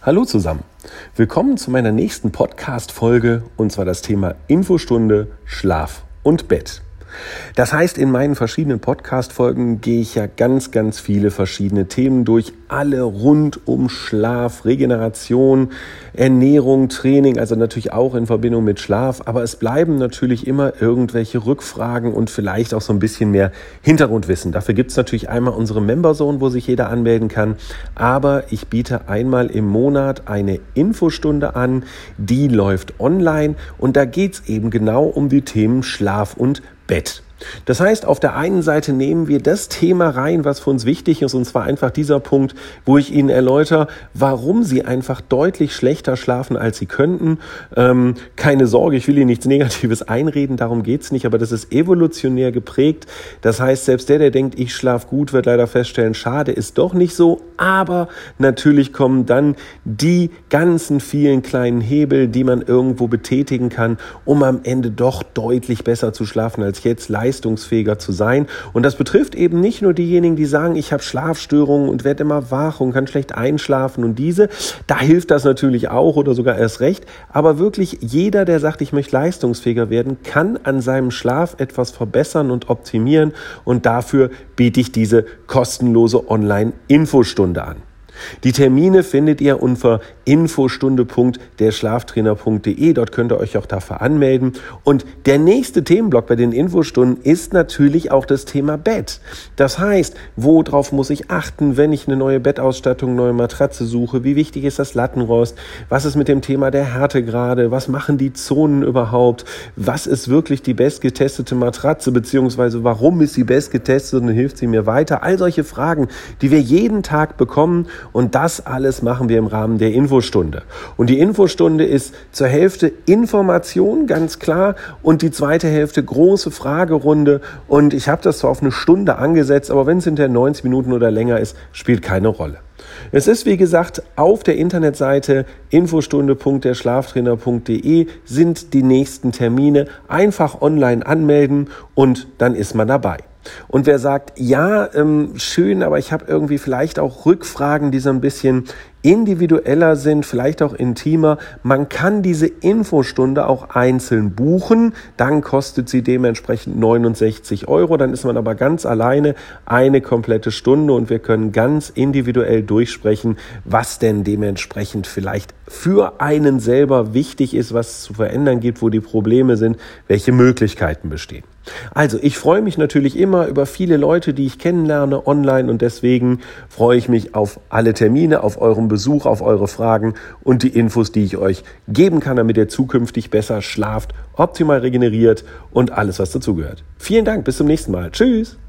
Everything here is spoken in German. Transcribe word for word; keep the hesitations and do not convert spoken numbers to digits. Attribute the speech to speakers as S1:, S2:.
S1: Hallo zusammen. Willkommen zu meiner nächsten Podcast-Folge und zwar das Thema Infostunde, Schlaf und Bett. Das heißt, in meinen verschiedenen Podcast-Folgen gehe ich ja ganz, ganz viele verschiedene Themen durch, alle rund um Schlaf, Regeneration, Ernährung, Training, also natürlich auch in Verbindung mit Schlaf, aber es bleiben natürlich immer irgendwelche Rückfragen und vielleicht auch so ein bisschen mehr Hintergrundwissen. Dafür gibt es natürlich einmal unsere Memberzone, wo sich jeder anmelden kann, aber ich biete einmal im Monat eine Infostunde an, die läuft online und da geht es eben genau um die Themen Schlaf und Bett. Das heißt, auf der einen Seite nehmen wir das Thema rein, was für uns wichtig ist, und zwar einfach dieser Punkt, wo ich Ihnen erläutere, warum Sie einfach deutlich schlechter schlafen, als Sie könnten. Ähm, keine Sorge, ich will Ihnen nichts Negatives einreden, darum geht's nicht, aber das ist evolutionär geprägt. Das heißt, selbst der, der denkt, ich schlafe gut, wird leider feststellen, schade, ist doch nicht so. Aber natürlich kommen dann die ganzen vielen kleinen Hebel, die man irgendwo betätigen kann, um am Ende doch deutlich besser zu schlafen als jetzt, leistungsfähiger zu sein. Und das betrifft eben nicht nur diejenigen, die sagen, ich habe Schlafstörungen und werde immer wach und kann schlecht einschlafen und diese. Da hilft das natürlich auch oder sogar erst recht. Aber wirklich jeder, der sagt, ich möchte leistungsfähiger werden, kann an seinem Schlaf etwas verbessern und optimieren. Und dafür biete ich diese kostenlose Online-Infostunde an. Die Termine findet ihr unter infostunde punkt der schlaftrainer punkt de. Dort könnt ihr euch auch dafür anmelden. Und der nächste Themenblock bei den Infostunden ist natürlich auch das Thema Bett. Das heißt, worauf muss ich achten, wenn ich eine neue Bettausstattung, neue Matratze suche? Wie wichtig ist das Lattenrost? Was ist mit dem Thema der Härtegrade? Was machen die Zonen überhaupt? Was ist wirklich die bestgetestete Matratze? Beziehungsweise warum ist sie bestgetestet und hilft sie mir weiter? All solche Fragen, die wir jeden Tag bekommen. Und das alles machen wir im Rahmen der Infostunde. Und die Infostunde ist zur Hälfte Information, ganz klar, und die zweite Hälfte große Fragerunde. Und ich habe das zwar auf eine Stunde angesetzt, aber wenn es hinterher neunzig Minuten oder länger ist, spielt keine Rolle. Es ist, wie gesagt, auf der Internetseite infostunde punkt der schlaftrainer punkt de sind die nächsten Termine. Einfach online anmelden und dann ist man dabei. Und wer sagt, ja, ähm, schön, aber ich habe irgendwie vielleicht auch Rückfragen, die so ein bisschen individueller sind, vielleicht auch intimer. Man kann diese Infostunde auch einzeln buchen, dann kostet sie dementsprechend neunundsechzig Euro, dann ist man aber ganz alleine eine komplette Stunde und wir können ganz individuell durchsprechen, was denn dementsprechend vielleicht für einen selber wichtig ist, was es zu verändern gibt, wo die Probleme sind, welche Möglichkeiten bestehen. Also ich freue mich natürlich immer über viele Leute, die ich kennenlerne online und deswegen freue ich mich auf alle Termine, auf euren Besuch, auf eure Fragen und die Infos, die ich euch geben kann, damit ihr zukünftig besser schlaft, optimal regeneriert und alles, was dazugehört. Vielen Dank, bis zum nächsten Mal. Tschüss!